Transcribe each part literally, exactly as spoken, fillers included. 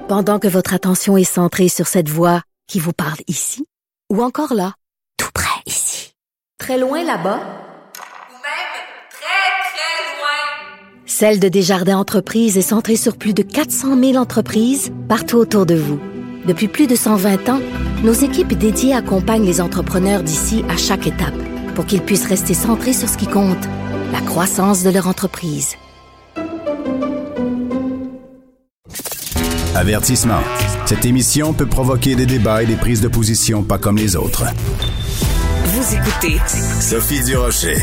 Pendant que votre attention est centrée sur cette voix qui vous parle ici, ou encore là, tout près ici, très loin là-bas, ou même très, très loin. Celle de Desjardins Entreprises est centrée sur plus de quatre cent mille entreprises partout autour de vous. Depuis plus de cent vingt ans, nos équipes dédiées accompagnent les entrepreneurs d'ici à chaque étape pour qu'ils puissent rester centrés sur ce qui compte, la croissance de leur entreprise. Avertissement. Cette émission peut provoquer des débats et des prises de position pas comme les autres. Vous écoutez Sophie Durocher.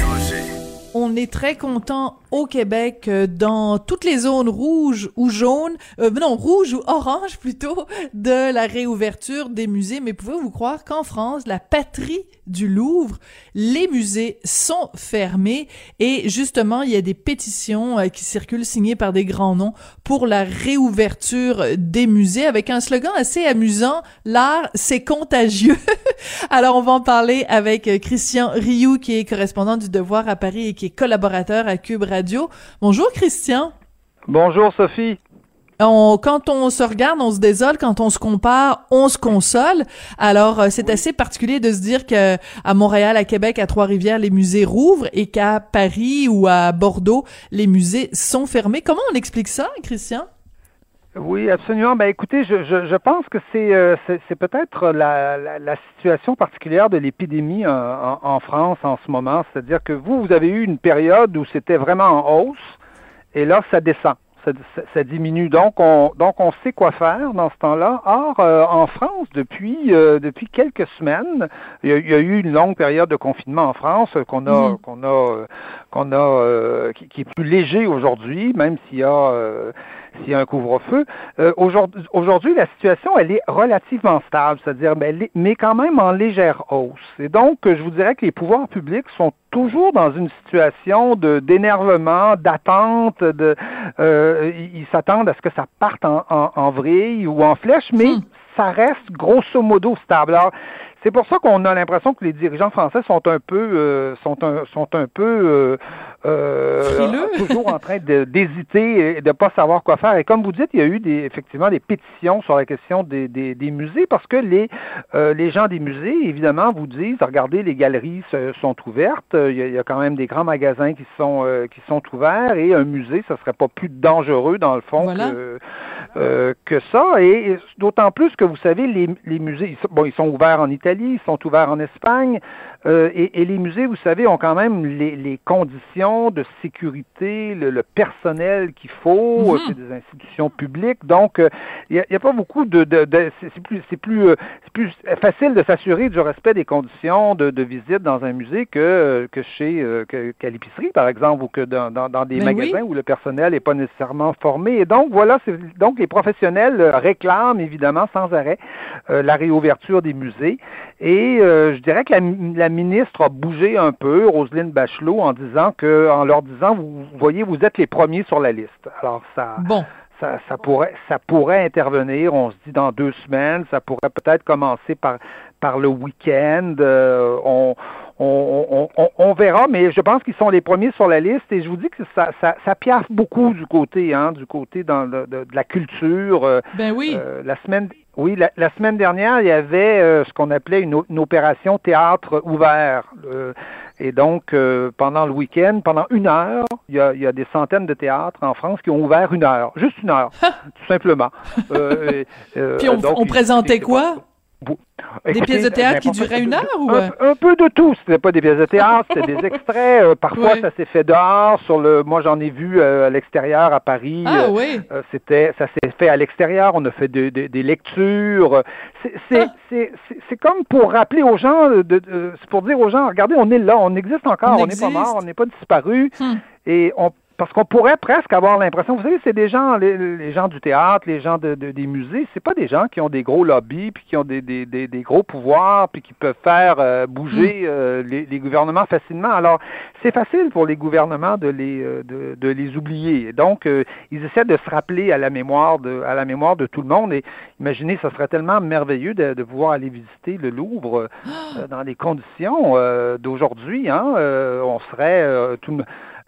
On est très content au Québec euh, dans toutes les zones rouges ou jaunes, euh, non, rouges ou oranges plutôt, de la réouverture des musées. Mais pouvez-vous croire qu'en France, la patrie du Louvre, les musées sont fermés et justement, il y a des pétitions euh, qui circulent signées par des grands noms pour la réouverture des musées avec un slogan assez amusant, l'art, c'est contagieux. Alors, on va en parler avec euh, Christian Rioux, qui est correspondant du Devoir à Paris et qui est collaborateur à Cube Radio. Bonjour Christian. Bonjour Sophie. On, quand on se regarde, on se désole. Quand on se compare, on se console. Alors, euh, c'est oui. assez particulier de se dire que à Montréal, à Québec, à Trois-Rivières, les musées rouvrent et qu'à Paris ou à Bordeaux, les musées sont fermés. Comment on explique ça, Christian? Oui, absolument. Ben, écoutez, je, je, je pense que c'est, euh, c'est, c'est peut-être la, la, la situation particulière de l'épidémie en, en, en France en ce moment. C'est-à-dire que vous, vous avez eu une période où c'était vraiment en hausse et là, ça descend. Ça, ça, ça diminue. Donc on, donc, on sait quoi faire dans ce temps-là. Or, euh, en France, depuis euh, depuis quelques semaines, il y, a, il y a eu une longue période de confinement en France qu'on a mmh. qu'on a qu'on a euh, qui, qui est plus léger aujourd'hui, même s'il y a euh, s'il y a un couvre-feu. Euh, aujourd'hui, aujourd'hui, la situation, elle est relativement stable, c'est-à-dire, ben, mais quand même en légère hausse. Et donc, je vous dirais que les pouvoirs publics sont toujours dans une situation de d'énervement, d'attente, de euh, ils s'attendent à ce que ça parte en, en, en vrille ou en flèche, mais mmh. ça reste grosso modo stable. Alors, c'est pour ça qu'on a l'impression que les dirigeants français sont un peu euh, sont un sont un peu euh, euh, toujours en train de, d'hésiter et de pas savoir quoi faire. Et comme vous dites, il y a eu des, effectivement des pétitions sur la question des, des, des musées parce que les euh, les gens des musées, évidemment, vous disent, regardez, les galeries se, sont ouvertes. Il y, a, il y a quand même des grands magasins qui sont euh, qui sont ouverts et un musée, ça serait pas plus dangereux dans le fond voilà. que euh, que ça. Et, et d'autant plus que vous savez, les les musées, ils, bon, ils sont ouverts en Italie. Ils sont ouverts en Espagne euh, et, et les musées, vous savez, ont quand même les, les conditions de sécurité, le, le personnel qu'il faut. Mm-hmm. C'est des institutions publiques, donc il euh, n'y a, a pas beaucoup de, de, de c'est, c'est plus c'est plus euh, c'est plus facile de s'assurer du respect des conditions de, de visite dans un musée que que chez euh, que, qu'à l'épicerie, par exemple, ou que dans, dans, dans des ben magasins oui. où le personnel n'est pas nécessairement formé. Et donc voilà, c'est, donc les professionnels réclament évidemment sans arrêt euh, la réouverture des musées. Et euh, je dirais que la, la ministre a bougé un peu, Roselyne Bachelot, en disant que, en leur disant, vous, vous voyez, vous êtes les premiers sur la liste. Alors ça, bon. ça, ça pourrait, ça pourrait intervenir. On se dit dans deux semaines, ça pourrait peut-être commencer par par le week-end. Euh, on On, on, on, on verra, mais je pense qu'ils sont les premiers sur la liste et je vous dis que ça, ça, ça piaffe beaucoup du côté, hein, du côté dans le, de, de la culture. Ben oui. Euh, la semaine, oui, la, la semaine dernière, il y avait euh, ce qu'on appelait une, une opération théâtre ouvert. Euh, et donc, euh, pendant le week-end, pendant une heure, il y, a, il y a des centaines de théâtres en France qui ont ouvert une heure, juste une heure, tout simplement. Euh, et, euh, Puis on, donc, on présentait quoi? Des Écoutez, pièces de théâtre qui duraient une heure ou un, un peu de tout. C'était pas des pièces de théâtre, c'était des extraits. Euh, parfois, oui. ça s'est fait dehors. Sur le, moi, j'en ai vu euh, à l'extérieur à Paris. Ah euh, oui. Euh, c'était, ça s'est fait à l'extérieur. On a fait de, de, des lectures. C'est, c'est, ah. c'est, c'est, c'est comme pour rappeler aux gens, de, de, c'est pour dire aux gens, regardez, on est là, on existe encore, on n'est pas mort, on n'est pas disparu, hmm. et on Parce qu'on pourrait presque avoir l'impression, vous savez, c'est des gens, les, les gens du théâtre, les gens de, de, des musées, c'est pas des gens qui ont des gros lobbies, puis qui ont des, des, des, des gros pouvoirs, puis qui peuvent faire euh, bouger euh, les, les gouvernements facilement. Alors, c'est facile pour les gouvernements de les euh, de, de les oublier. Et donc, euh, ils essaient de se rappeler à la mémoire de à la mémoire de tout le monde. Et imaginez, ça serait tellement merveilleux de, de pouvoir aller visiter le Louvre euh, dans les conditions euh, d'aujourd'hui. Hein, euh, on serait euh, tout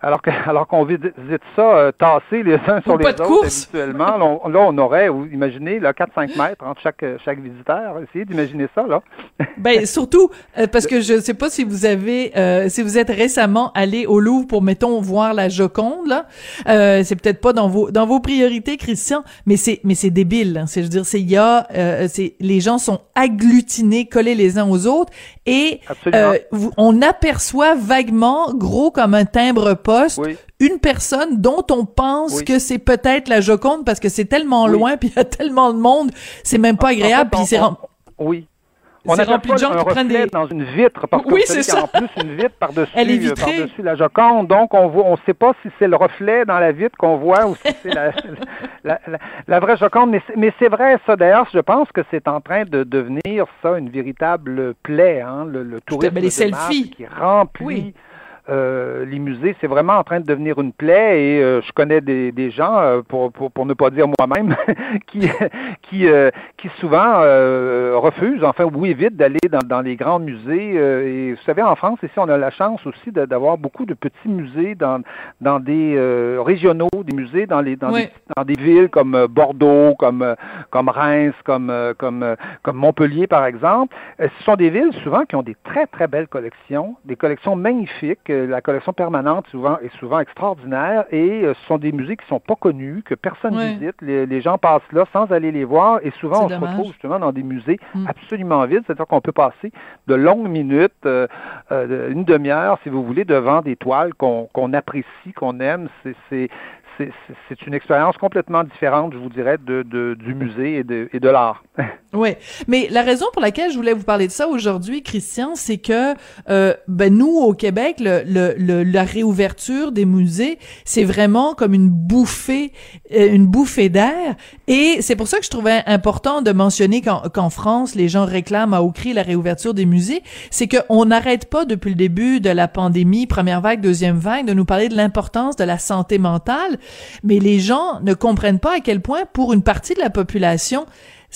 Alors, que, alors qu'on visite ça euh, tassés les uns sur Ou les pas de autres course. habituellement, là on, là, on aurait, imaginez, là, quatre à cinq mètres entre chaque, chaque visiteur. Essayez d'imaginer ça, là. Ben surtout euh, parce que je sais pas si vous avez euh, si vous êtes récemment allé au Louvre pour mettons voir la Joconde là, euh, c'est peut-être pas dans vos dans vos priorités, Christian, mais c'est mais c'est débile. Hein. C'est je veux dire c'est il y a euh, c'est les gens sont agglutinés, collés les uns aux autres et euh, vous, on aperçoit vaguement gros comme un timbre-poste oui. une personne dont on pense oui. que c'est peut-être la Joconde parce que c'est tellement oui. loin puis il y a tellement de monde, c'est même pas en, agréable en fait, puis c'est on, on, oui. On c'est rempli de gens qui prennent des dans une vitre parce oui, qu'il y a en plus une vitre par-dessus Elle est vitrée. par-dessus la Joconde. Donc on voit on sait pas si c'est le reflet dans la vitre qu'on voit ou si c'est la, la, la, la vraie Joconde mais c'est, mais c'est vrai ça d'ailleurs, je pense que c'est en train de devenir ça une véritable plaie hein, le, le tourisme ben, les de selfies masse qui remplit oui. Euh, les musées, c'est vraiment en train de devenir une plaie et euh, je connais des, des gens, euh, pour, pour, pour ne pas dire moi-même, qui, qui, euh, qui souvent euh, refusent, enfin ou évitent d'aller dans, dans les grands musées. Euh, et vous savez, en France, ici, on a la chance aussi de, d'avoir beaucoup de petits musées dans, dans des euh, régionaux, des musées dans, les, dans, oui. des, dans des villes comme Bordeaux, comme, comme Reims, comme, comme, comme Montpellier, par exemple. Ce sont des villes souvent qui ont des très, très belles collections, des collections magnifiques. La collection permanente souvent est souvent extraordinaire et euh, ce sont des musées qui sont pas connus, que personne ouais. visite. Les, les gens passent là sans aller les voir et souvent c'est on dommage. se retrouve justement dans des musées mm. absolument vides, c'est-à-dire qu'on peut passer de longues minutes, euh, euh, une demi-heure si vous voulez, devant des toiles qu'on, qu'on apprécie, qu'on aime. C'est, c'est, c'est, c'est une expérience complètement différente, je vous dirais, de, de, du musée et de, et de l'art. Oui, mais la raison pour laquelle je voulais vous parler de ça aujourd'hui, Christian, c'est que euh, ben nous au Québec, le, le, le la réouverture des musées, c'est vraiment comme une bouffée, euh, une bouffée d'air, et c'est pour ça que je trouvais important de mentionner qu'en, qu'en France, les gens réclament à haut cri la réouverture des musées, c'est que on n'arrête pas depuis le début de la pandémie, première vague, deuxième vague, de nous parler de l'importance de la santé mentale, mais les gens ne comprennent pas à quel point, pour une partie de la population,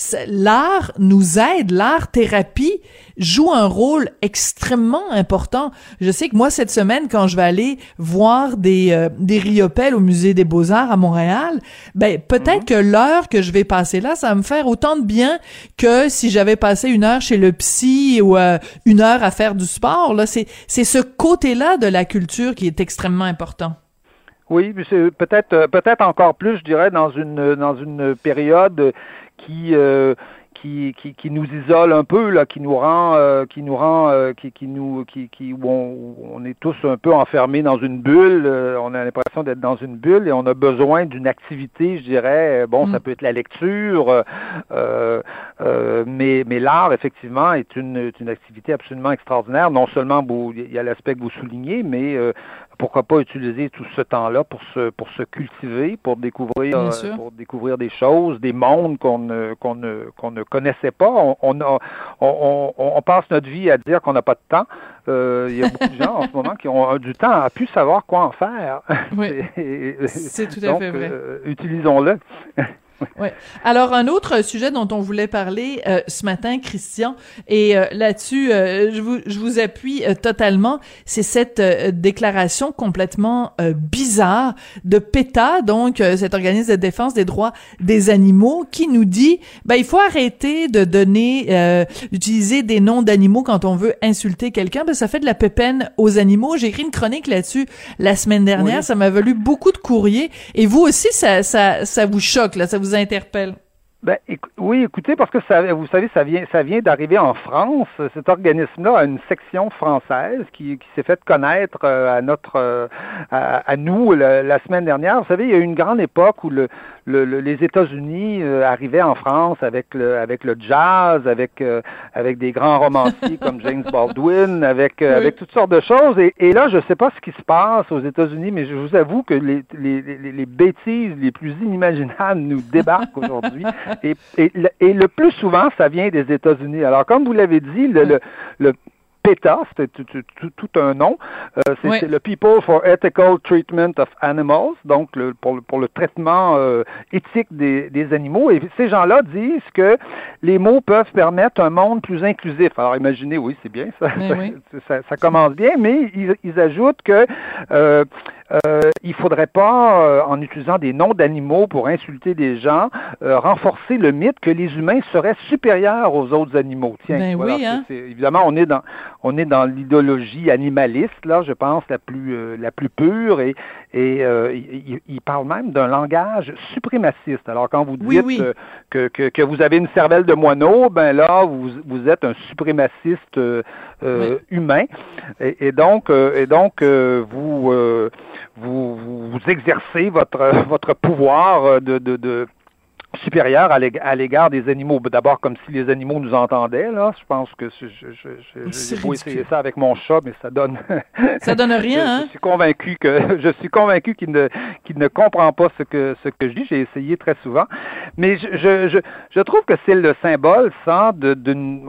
l'art nous aide, l'art-thérapie joue un rôle extrêmement important. Je sais que moi, cette semaine, quand je vais aller voir des euh, des Riopelle au Musée des Beaux-Arts à Montréal, ben peut-être mm-hmm. que l'heure que je vais passer là, ça va me faire autant de bien que si j'avais passé une heure chez le psy ou euh, une heure à faire du sport. Là, c'est c'est ce côté-là de la culture qui est extrêmement important. Oui, c'est peut-être peut-être encore plus, je dirais, dans une dans une période qui euh, qui, qui qui nous isole un peu là, qui nous rend euh, qui nous rend euh, qui qui nous qui qui où on, où on est tous un peu enfermés dans une bulle, euh, on a l'impression d'être dans une bulle et on a besoin d'une activité, je dirais, bon, mm. ça peut être la lecture, euh, euh, mais mais l'art effectivement est une est une activité absolument extraordinaire. Non seulement vous, il y a l'aspect que vous soulignez, mais euh, pourquoi pas utiliser tout ce temps-là pour se pour se cultiver, pour découvrir euh, pour découvrir des choses, des mondes qu'on ne qu'on ne qu'on ne connaissait pas. On on, a, on, on, on passe notre vie à dire qu'on n'a pas de temps. Euh, il y a beaucoup de gens en ce moment qui ont du temps à plus savoir quoi en faire. Oui, c'est tout à Donc, fait vrai. Euh, utilisons-le. Ouais. Alors un autre sujet dont on voulait parler euh, ce matin, Christian, et euh, là-dessus euh, je vous je vous appuie euh, totalement, c'est cette euh, déclaration complètement euh, bizarre de PETA, donc euh, cet organisme de défense des droits des animaux, qui nous dit ben il faut arrêter de donner euh, d'utiliser des noms d'animaux quand on veut insulter quelqu'un, ben ça fait de la pépène aux animaux. J'ai écrit une chronique là-dessus la semaine dernière, oui. Ça m'a valu beaucoup de courriers, et vous aussi ça ça ça vous choque là, ça vous interpelle? Ben, éc- oui, écoutez, parce que ça, vous savez, ça vient, ça vient d'arriver en France. Cet organisme-là a une section française qui, qui s'est fait connaître euh, à notre, euh, à, à nous le, la semaine dernière. Vous savez, il y a eu une grande époque où le, le, le les États-Unis euh, arrivaient en France avec le, avec le jazz, avec, euh, avec des grands romanciers comme James Baldwin, avec, euh, oui. avec toutes sortes de choses. Et, et là, je ne sais pas ce qui se passe aux États-Unis, mais je vous avoue que les, les, les, les bêtises les plus inimaginables nous débarquent aujourd'hui. Et, et, et le plus souvent, ça vient des États-Unis. Alors, comme vous l'avez dit, le, le, le PETA, c'était tout, tout, tout un nom, euh, c'est, oui. c'est le People for Ethical Treatment of Animals, donc le, pour, le, pour le traitement euh, éthique des, des animaux. Et ces gens-là disent que les mots peuvent permettre un monde plus inclusif. Alors, imaginez, oui, c'est bien, ça, ça, oui. ça, ça commence bien, mais ils, ils ajoutent que euh, euh, il faudrait pas, euh, en utilisant des noms d'animaux pour insulter des gens, euh, renforcer le mythe que les humains seraient supérieurs aux autres animaux. Tiens, ben voilà, oui, hein? c'est, c'est, évidemment, on est dans on est dans l'idéologie animaliste, là, je pense, la plus euh, la plus pure, et et euh, il, il parle même d'un langage suprémaciste. Alors quand vous dites oui, oui. Euh, que, que que vous avez une cervelle de moineau, ben là vous vous êtes un suprémaciste euh, euh, oui. humain, et, et donc euh, et donc euh, vous, euh, vous vous exercez votre votre pouvoir de de, de supérieur à l'égard des animaux. D'abord, comme si les animaux nous entendaient, là. Je pense que je, je, je, je, j'ai beau essayer ça avec mon chat, mais ça donne... Ça donne rien, je, hein? Je suis convaincu que, je suis convaincu qu'il ne, qu'il ne comprend pas ce que, ce que je dis. J'ai essayé très souvent. Mais je, je, je, je trouve que c'est le symbole, ça, de, d'une,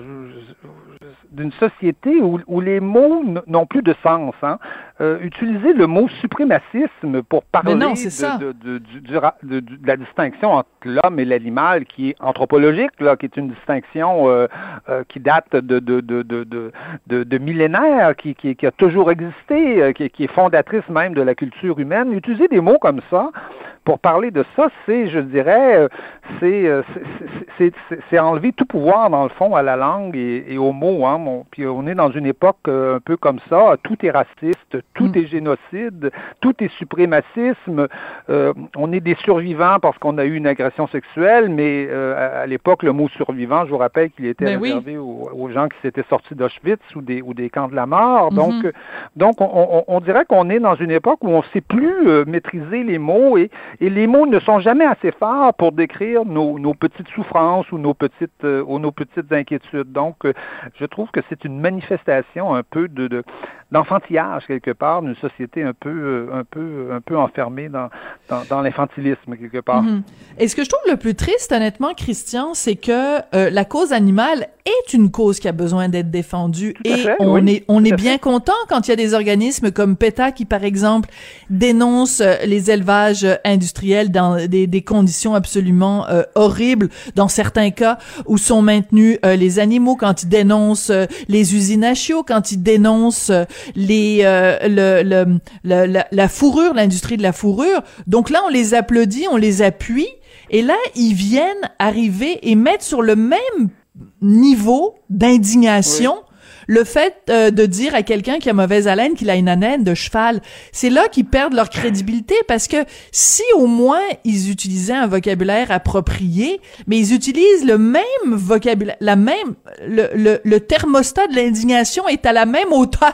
d'une société où, où les mots n'ont plus de sens, hein. Euh, utiliser le mot suprémacisme pour parler non, de, de, de, de, de, de, de la distinction entre l'homme et l'animal, qui est anthropologique, là, qui est une distinction euh, euh, qui date de, de, de, de, de, de, de millénaires, qui, qui, qui a toujours existé, euh, qui, qui est fondatrice même de la culture humaine. Utiliser des mots comme ça pour parler de ça, c'est, je dirais, euh, c'est, euh, c'est, c'est, c'est enlever tout pouvoir, dans le fond, à la langue et, et aux mots. Hein. Bon, puis on est dans une époque euh, un peu comme ça, tout est raciste, tout mm. est génocide, tout est suprémacisme. Euh, on est des survivants parce qu'on a eu une agression sexuelle, mais euh, à, à l'époque, le mot survivant, je vous rappelle qu'il était ben réservé oui. aux, aux gens qui s'étaient sortis d'Auschwitz ou des, ou des camps de la mort. Mm-hmm. Donc, euh, donc on, on, on dirait qu'on est dans une époque où on ne sait plus euh, maîtriser les mots, et, et les mots ne sont jamais assez forts pour décrire nos, nos petites souffrances ou nos petites, euh, ou nos petites inquiétudes. Donc, euh, je trouve que c'est une manifestation un peu de, de d'enfantillage quelque part, d'une société un peu, un peu, un peu enfermée dans, dans, dans l'infantilisme quelque part. Mm-hmm. Et ce que je trouve le plus triste, honnêtement, Christian, c'est que euh, la cause animale est une cause qui a besoin d'être défendue. Et fait, on oui, est, on est bien fait. content quand il y a des organismes comme PETA qui, par exemple, dénoncent les élevages industriels dans des, des conditions absolument euh, horribles, dans certains cas où sont maintenus euh, les animaux, quand ils dénoncent euh, les usines à chiots, quand ils dénoncent euh, les euh, le, le, le la, la fourrure, l'industrie de la fourrure. Donc là, on les applaudit, on les appuie, et là, ils viennent arriver et mettre sur le même niveau d'indignation oui. le fait euh, de dire à quelqu'un qui a mauvaise haleine qu'il a une haleine de cheval. C'est là qu'ils perdent leur crédibilité, parce que si au moins ils utilisaient un vocabulaire approprié, mais ils utilisent le même vocabulaire, la même, le, le, le thermostat de l'indignation est à la même hauteur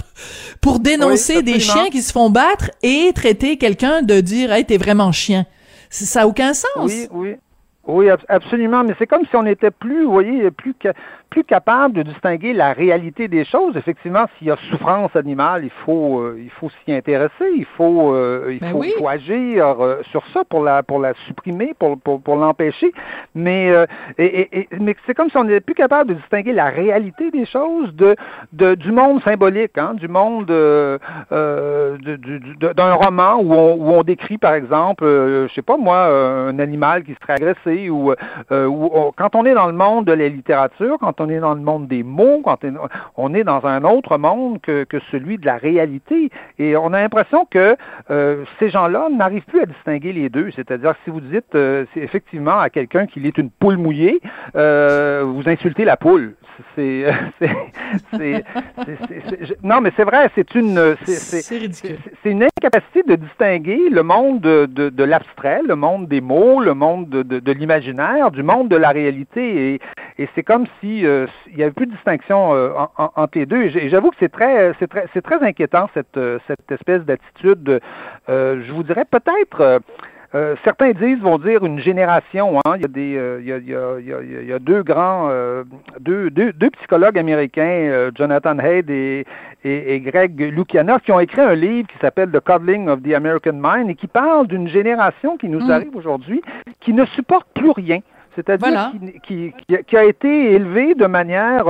pour dénoncer oui, des chiens qui se font battre et traiter quelqu'un de dire « Hey, t'es vraiment chien ». Ça n'a aucun sens. Oui, oui. Oui, absolument, mais c'est comme si on était plus, vous voyez, plus ca- plus capable de distinguer la réalité des choses. Effectivement, s'il y a souffrance animale, il faut euh, il faut s'y intéresser, il faut euh, il ben faut, oui. faut agir euh, sur ça pour la pour la supprimer, pour pour pour l'empêcher. Mais euh, et, et, et mais c'est comme si on n'était plus capable de distinguer la réalité des choses de, de du monde symbolique, hein, du monde euh, euh, de, de, de, d'un roman où on où on décrit par exemple, euh, je sais pas moi, un animal qui serait agressé. Ou, euh, ou on, quand on est dans le monde de la littérature, quand on est dans le monde des mots, quand on est dans un autre monde que, que celui de la réalité. Et on a l'impression que euh, ces gens-là n'arrivent plus à distinguer les deux. C'est-à-dire, si vous dites euh, c'est effectivement à quelqu'un qu'il est une poule mouillée, euh, vous insultez la poule. C'est, c'est, c'est, c'est, c'est, c'est non, mais c'est vrai, c'est une, c'est, c'est, c'est ridicule. C'est, c'est une incapacité de distinguer le monde de, de, de l'abstrait, le monde des mots, le monde de, de, de l'imaginaire, du monde de la réalité, et, et c'est comme si euh, il y avait plus de distinction euh, en, en, entre les deux. Et j'avoue que c'est très, c'est très, c'est très inquiétant cette, cette espèce d'attitude. Euh, je vous dirais peut-être. Euh, Euh, certains disent, vont dire une génération. Hein. Il y a des, euh, il y a, il y a, il y a, il y a deux grands, euh, deux, deux, deux psychologues américains, euh, Jonathan Haidt et, et, et Greg Lukianoff, qui ont écrit un livre qui s'appelle The Coddling of the American Mind et qui parle d'une génération qui nous mmh. arrive aujourd'hui, qui ne supporte plus rien. C'est-à-dire voilà. qui, qui, qui, a, qui a été élevé de manière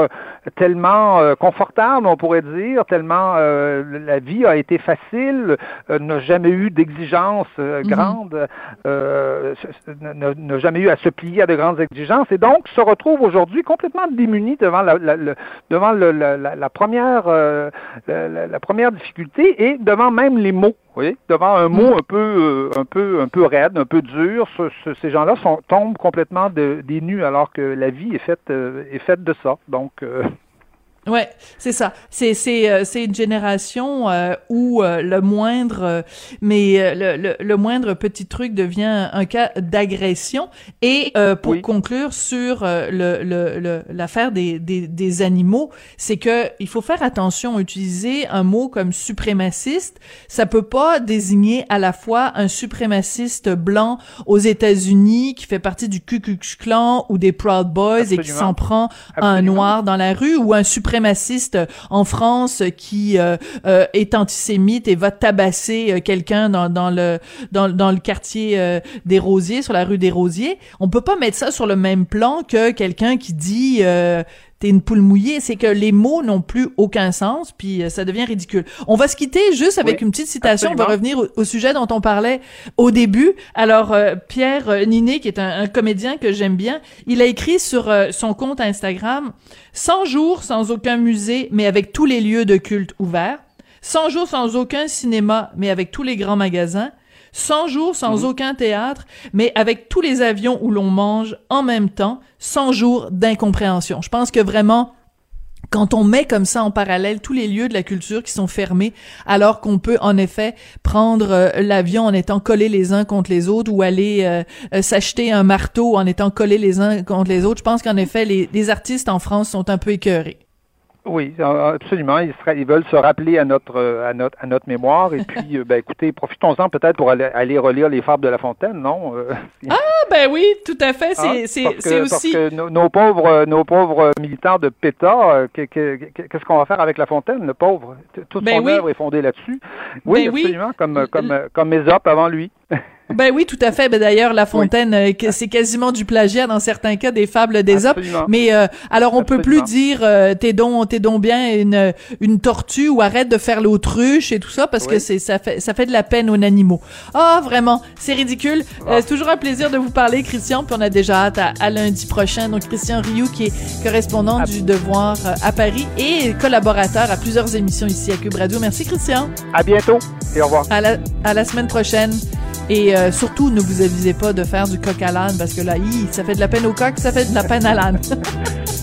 tellement euh, confortable, on pourrait dire, tellement euh, la vie a été facile, euh, n'a jamais eu d'exigences euh, grandes, mm-hmm. euh, n'a, n'a jamais eu à se plier à de grandes exigences, et donc se retrouve aujourd'hui complètement démuni devant la, la, la devant le, la, la, la première euh, la, la première difficulté et devant même les mots. Oui, devant un mot un peu, euh, un peu, un peu raide, un peu dur, ce, ce, ces gens-là sont, tombent complètement de, des nues, alors que la vie est faite, euh, est faite de ça. Donc, euh... ouais, c'est ça. C'est c'est euh, c'est une génération euh, où euh, le moindre, euh, mais euh, le, le le moindre petit truc devient un cas d'agression. Et euh, pour oui. conclure sur euh, le le le l'affaire des des des animaux, c'est que il faut faire attention. Utiliser un mot comme suprémaciste, ça peut pas désigner à la fois un suprémaciste blanc aux États-Unis qui fait partie du Ku Klux Klan ou des Proud Boys Absolument. Et qui s'en prend à un noir dans la rue, ou un suprémaciste en France qui euh, euh, est antisémite et va tabasser euh, quelqu'un dans dans le dans dans le quartier euh, des Rosiers, sur la rue des Rosiers. On peut pas mettre ça sur le même plan que quelqu'un qui dit euh, t'es une poule mouillée. C'est que les mots n'ont plus aucun sens, puis euh, ça devient ridicule. On va se quitter juste avec oui, une petite citation. Absolument. On va revenir au, au sujet dont on parlait au début. Alors, euh, Pierre euh, Ninet, qui est un, un comédien que j'aime bien, il a écrit sur euh, son compte Instagram « cent jours sans aucun musée, mais avec tous les lieux de culte ouverts. cent jours sans aucun cinéma, mais avec tous les grands magasins. cent jours sans mmh. aucun théâtre, mais avec tous les avions où l'on mange en même temps. cent jours d'incompréhension. » Je pense que vraiment, quand on met comme ça en parallèle tous les lieux de la culture qui sont fermés, alors qu'on peut en effet prendre euh, l'avion en étant collés les uns contre les autres, ou aller euh, euh, s'acheter un marteau en étant collés les uns contre les autres, je pense qu'en effet, les, les artistes en France sont un peu écœurés. Oui, absolument. Ils, sera, ils veulent se rappeler à notre à notre à notre mémoire, et puis ben écoutez, profitons-en peut-être pour aller, aller relire les Fables de La Fontaine, non? Ah ben oui, tout à fait. C'est ah, c'est c'est que, aussi parce que nos, nos pauvres nos pauvres militants de PETA, que, que, qu'est-ce qu'on va faire avec La Fontaine, le pauvre? Toute ben son oui. œuvre est fondée là-dessus. Oui, ben absolument, oui. comme comme comme Ésope avant lui. Ben oui, tout à fait. Ben d'ailleurs, La Fontaine, oui. euh, c'est quasiment du plagiat dans certains cas des fables d'Ésope. Mais euh, alors, on Absolument. peut plus dire euh, t'es donc t'es donc bien une une tortue, ou arrête de faire l'autruche et tout ça, parce oui. que c'est ça fait ça fait de la peine aux animaux. Ah, oh, vraiment, c'est ridicule. Ah. Euh, c'est toujours un plaisir de vous parler, Christian. Puis on a déjà hâte à, à lundi prochain. Donc Christian Rioux, qui est correspondant à... du Devoir euh, à Paris et collaborateur à plusieurs émissions ici à Cube Radio. Merci, Christian. À bientôt et au revoir. À la à la semaine prochaine. Et euh, surtout, ne vous avisez pas de faire du coq à l'âne, parce que là, hi, ça fait de la peine au coq, ça fait de la peine à l'âne.